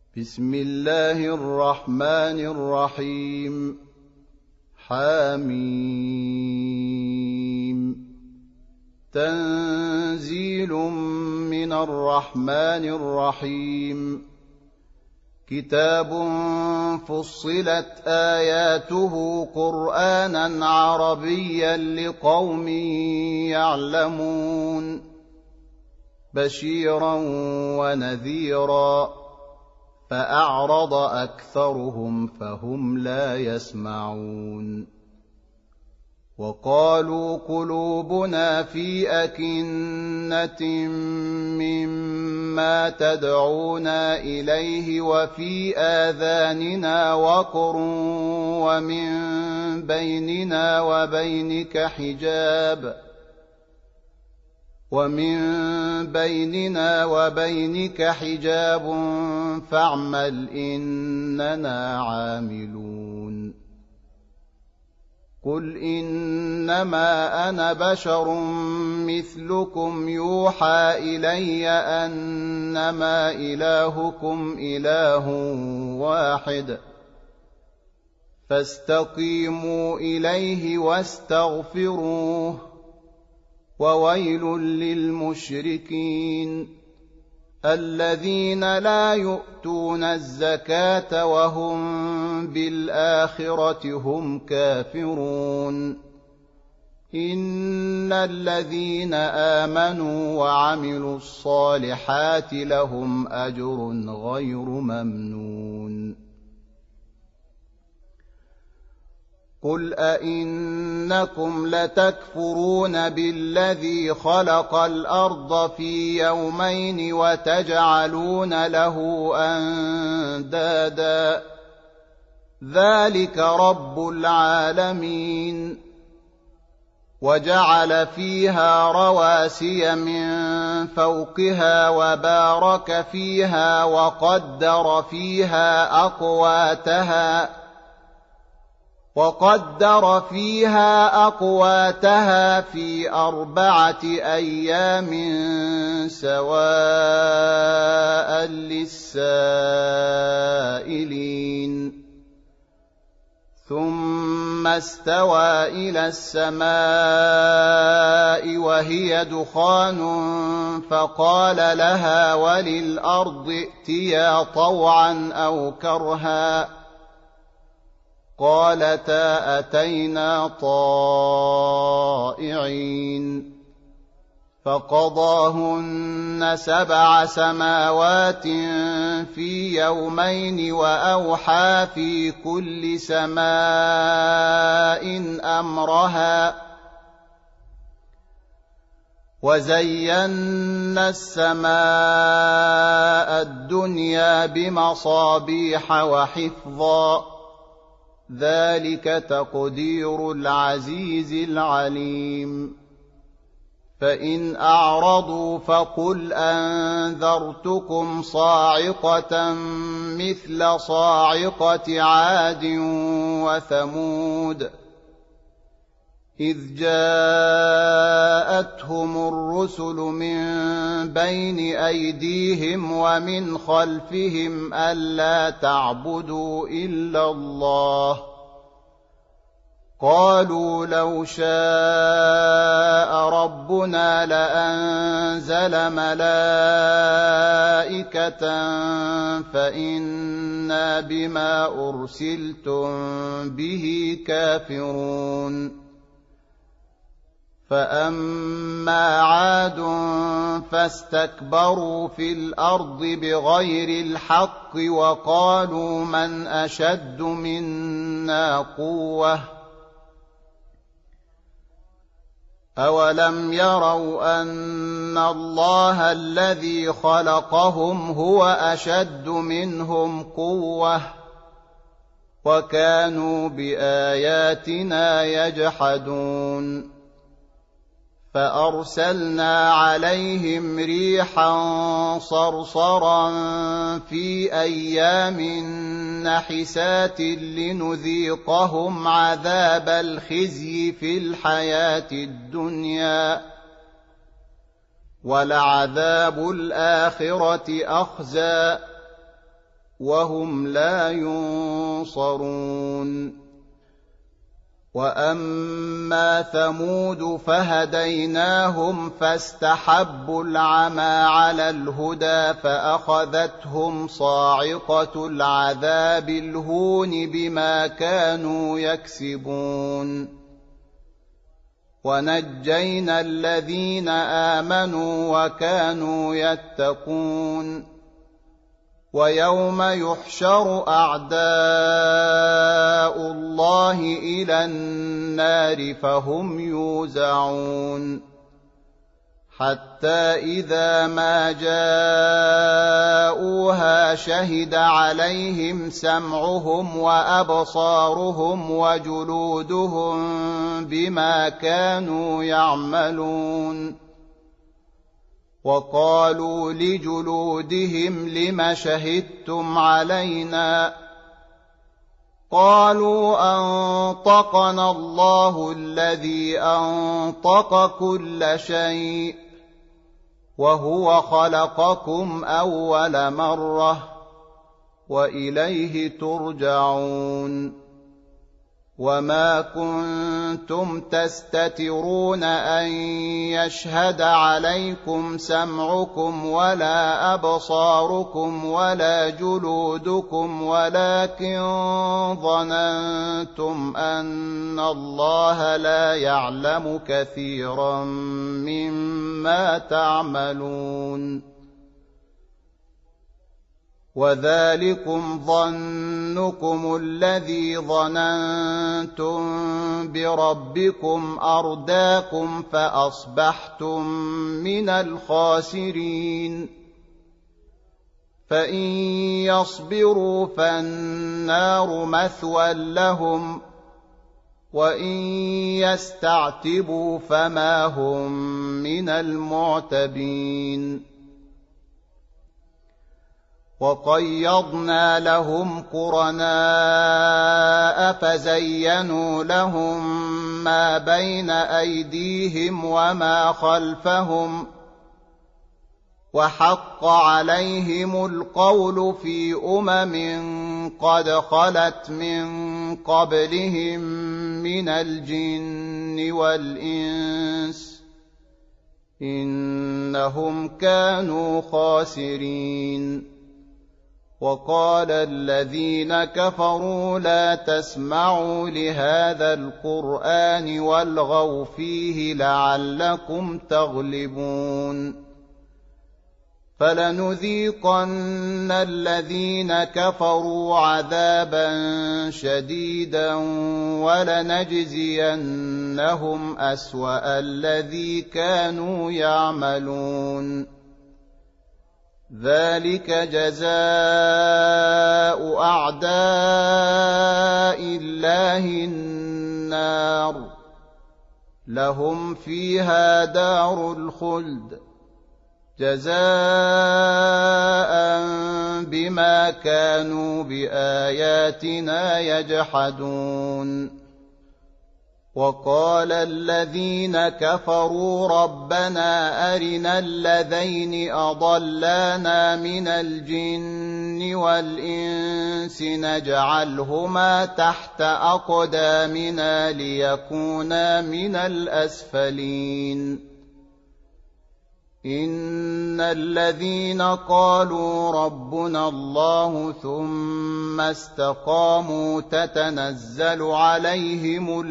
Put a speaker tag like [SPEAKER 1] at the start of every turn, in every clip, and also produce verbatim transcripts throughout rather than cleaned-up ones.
[SPEAKER 1] بسم الله الرحمن الرحيم. حميم. تنزيل من الرحمن الرحيم. كتاب فصلت آياته قرآنا عربيا لقوم يعلمون بشيرا ونذيرا فأعرض أكثرهم فهم لا يسمعون. وقالوا قلوبنا في أكنة مما تدعونا إليه وفي آذاننا وقر ومن بيننا وبينك حجاب ومن بيننا وبينك حجاب فاعمل إننا عاملون. قل إنما أنا بشر مثلكم يوحى إلي أنما إلهكم إله واحد فاستقيموا إليه واستغفروه وويل للمشركين الذين لا يؤتون الزكاة وهم بالآخرة هم كافرون. إن الذين آمنوا وعملوا الصالحات لهم أجر غير ممنون. قل أئنكم لتكفرون بالذي خلق الأرض في يومين وتجعلون له أندادا ذلك رب العالمين. وجعل فيها رواسي من فوقها وبارك فيها وقدر فيها أقواتها وقدر فيها أقواتها في أربعة أيام سواء للسائلين. ثم استوى إلى السماء وهي دخان فقال لها وللأرض ائتيا طوعا أو كرها قالتا أتينا طائعين. فقضاهن سبع سماوات في يومين وأوحى في كل سماء أمرها وزينا السماء الدنيا بمصابيح وحفظا ذلك تقدير العزيز العليم. فإن أعرضوا فقل أنذرتكم صاعقة مثل صاعقة عاد وثمود إذ جاءتهم الرسل من بين أيديهم ومن خلفهم ألا تعبدوا إلا الله قالوا لو شاء ربنا لأنزل ملائكة فإنا بما أرسلتم به كافرون. فأما عاد فاستكبروا في الأرض بغير الحق وقالوا من أشد منا قوة أولم يروا أن الله الذي خلقهم هو أشد منهم قوة وكانوا بآياتنا يجحدون. فأرسلنا عليهم ريحا صرصرا في أيام نحسات لنذيقهم عذاب الخزي في الحياة الدنيا ولعذاب الآخرة أخزى وهم لا ينصرون. وأما ثمود فهديناهم فاستحبوا العمى على الهدى فأخذتهم صاعقة العذاب الهون بما كانوا يكسبون. ونجينا الذين آمنوا وكانوا يتقون. ويوم يحشر أعداء الله إلى النار فهم يوزعون. حتى إذا ما جاءوها شهد عليهم سمعهم وأبصارهم وجلودهم بما كانوا يعملون. وقالوا لجلودهم لم شهدتم علينا؟ قالوا أنطقنا الله الذي أنطق كل شيء وهو خلقكم أول مرة وإليه ترجعون. وما كنتم تستترون أن يشهد عليكم سمعكم ولا أبصاركم ولا جلودكم ولكن ظننتم أن الله لا يعلم كثيرا مما تعملون. وذلكم ظنكم الذي ظننتم بربكم أرداكم فأصبحتم من الخاسرين. فإن يصبروا فالنار مثوى لهم وإن يستعتبوا فما هم من المعتبين. وقيضنا لهم قرناء فزينوا لهم ما بين أيديهم وما خلفهم وحق عليهم القول في أمم قد خلت من قبلهم من الجن والإنس إنهم كانوا خاسرين. وقال الذين كفروا لا تسمعوا لهذا القرآن والغوا فيه لعلكم تغلبون. فلنذيقن الذين كفروا عذابا شديدا ولنجزينهم أسوأ الذي كانوا يعملون. ذلك جزاء أعداء الله النار لهم فيها دار الخلد جزاء بما كانوا بآياتنا يجحدون. وقال الذين كفروا ربنا أرنا الذين أضلانا من الجن والإنس نجعلهما تحت أقدامنا ليكونا من الأسفلين. إن الذين قالوا ربنا الله ثم استقاموا تتنزل عليهم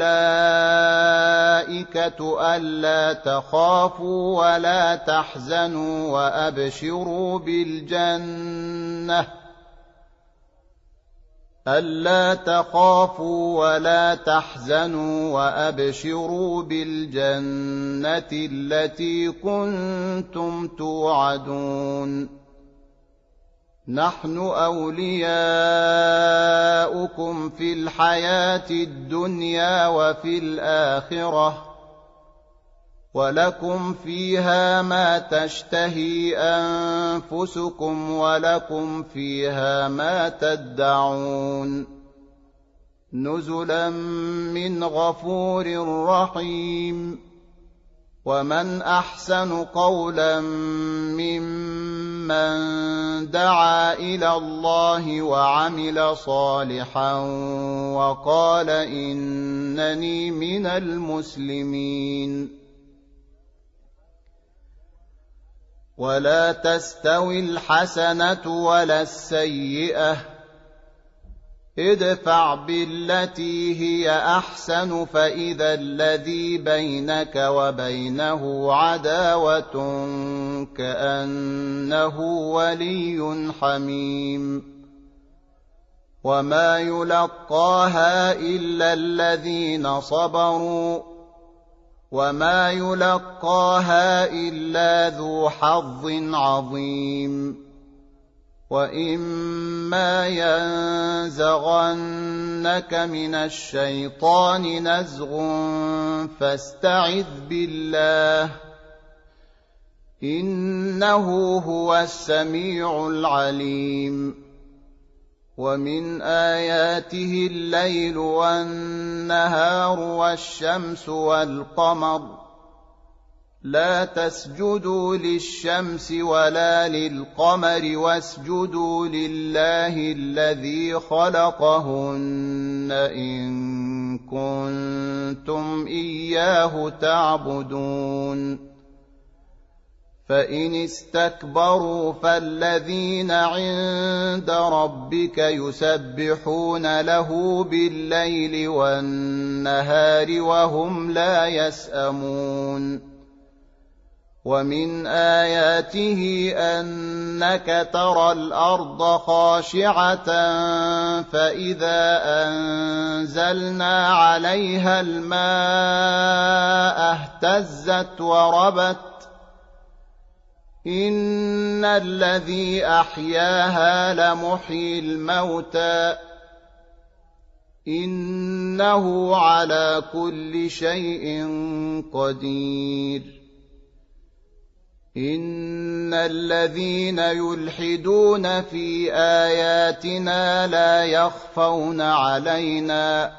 [SPEAKER 1] الملائكة ألا تخافوا ولا تحزنوا وأبشروا بالجنة ألا تخافوا ولا تحزنوا وأبشروا بالجنة التي كنتم توعدون. نحن أولياؤكم في الحياة الدنيا وفي الآخرة ولكم فيها ما تشتهي أنفسكم ولكم فيها ما تدعون نزلا من غفور رحيم. ومن أحسن قولا ممن من دعا إلى الله وعمل صالحا وقال إنني من المسلمين. ولا تستوي الحسنة ولا السيئة، ادفع بالتي هي أحسن فإذا الذي بينك وبينه عداوة كأنه ولي حميم. وما يلقاها إلا الذين صبروا وما يلقاها إلا ذو حظ عظيم. وإما ينزغنك من الشيطان نزغ فاستعذ بالله إنه هو السميع العليم. ومن آياته الليل والنهار والشمس والقمر، لا تسجدوا للشمس ولا للقمر واسجدوا لله الذي خلقهن إن كنتم إياه تعبدون. فإن استكبروا فالذين عند ربك يسبحون له بالليل والنهار وهم لا يسأمون. ومن آياته أنك ترى الأرض خاشعة فإذا أنزلنا عليها الماء اهتزت وربت إن الذي أحياها لمحيي الموتى إنه على كل شيء قدير. إن الذين يلحدون في آياتنا لا يخفون علينا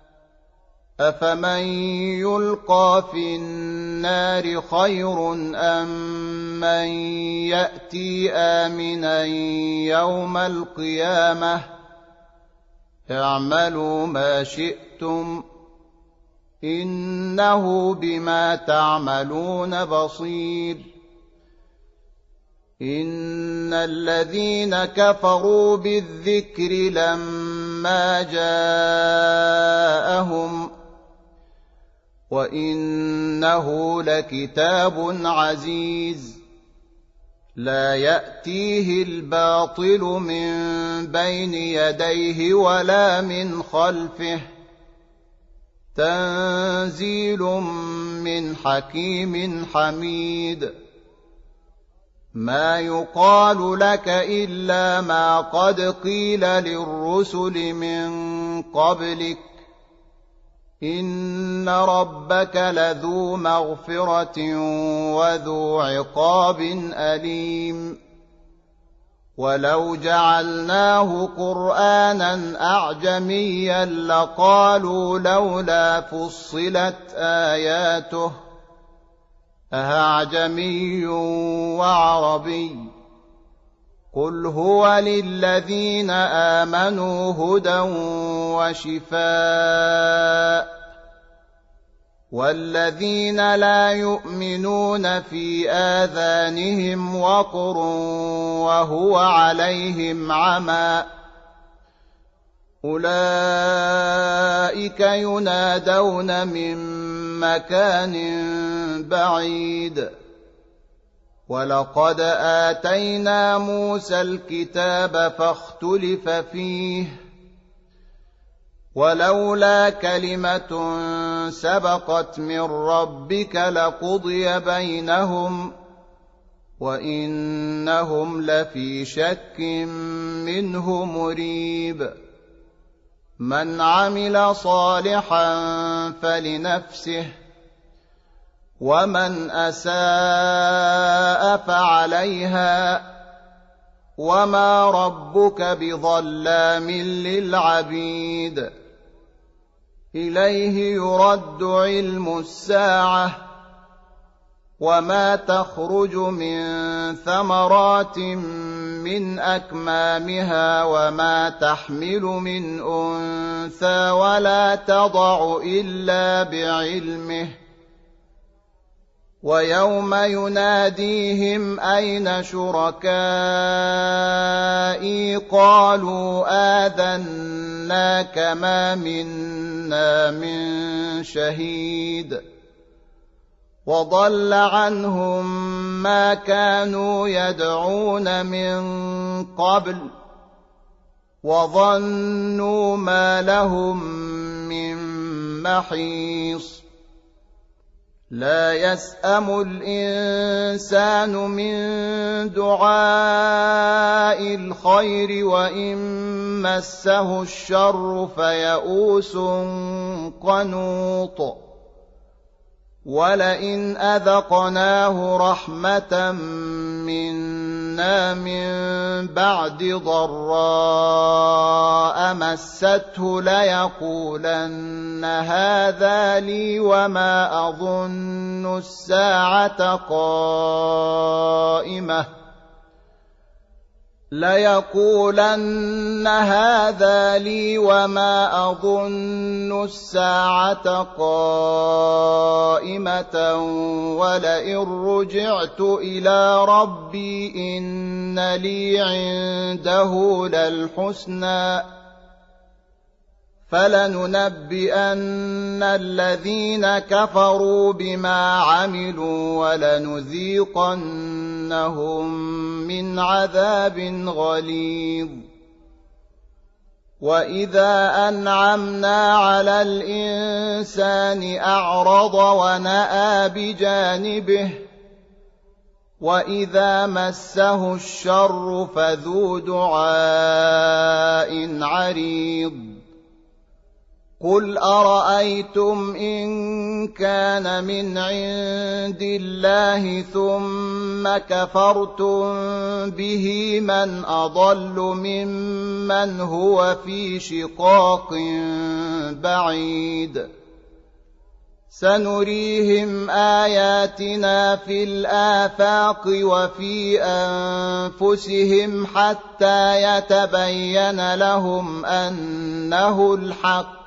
[SPEAKER 1] أفمن يلقى في النار خير أم من يأتي آمنا يوم القيامة اعملوا ما شئتم إنه بما تعملون بصير. إن الذين كفروا بالذكر لما جاءهم وإنه لكتاب عزيز لا يأتيه الباطل من بين يديه ولا من خلفه تنزيل من حكيم حميد. ما يقال لك إلا ما قد قيل للرسل من قبلك إن ربك لذو مغفرة وذو عقاب أليم. ولو جعلناه قرآنا أعجميا لقالوا لولا فصلت آياته أأعجمي وعربي قل هو للذين آمنوا هدى وشفاء والذين لا يؤمنون في آذانهم وقر وهو عليهم عمى أولئك ينادون من مكان بعيد. ولقد آتينا موسى الكتاب فاختلف فيه ولولا كلمة سبقت من ربك لقضي بينهم وإنهم لفي شك منه مريب. من عمل صالحا فلنفسه ومن أساء فعليها وما ربك بظلام للعبيد. إليه يرد علم الساعة وما تخرج من ثمرات من أكمامها وما تحمل من أنثى ولا تضع إلا بعلمه ويوم يناديهم أين شركائي قالوا آذناك ما منا من شهيد وضل عنهم ما كانوا يدعون من قبل وظنوا ما لهم من محيص لا يسأم الإنسان من دعاء الخير وإن مسه الشر فيئوس قنوط ولئن أذقناه رحمة منا من بعد ضراء مسته ليقولن هذا لي وما أظن الساعة قائمة ليقولن هذا لي وما أظن الساعة قائمة ولئن رجعت إلى ربي إن لي عنده للحسنى فلننبئن الذين كفروا بما عملوا ولنذيقنهم من عذاب غليظ وإذا أنعمنا على الإنسان أعرض ونأى بجانبه وإذا مسه الشر فذو دعاء عريض قل أرأيتم إن كان من عند الله ثم كفرتم به من أضل ممن هو في شقاق بعيد سنريهم آياتنا في الآفاق وفي أنفسهم حتى يتبين لهم أنه الحق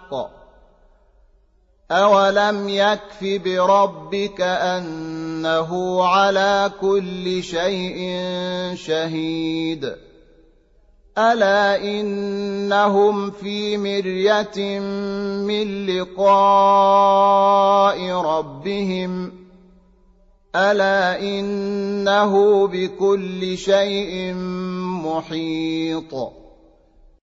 [SPEAKER 1] أولم يكف بربك أنه على كل شيء شهيد ألا إنهم في مرية من لقاء ربهم ألا إنه بكل شيء محيط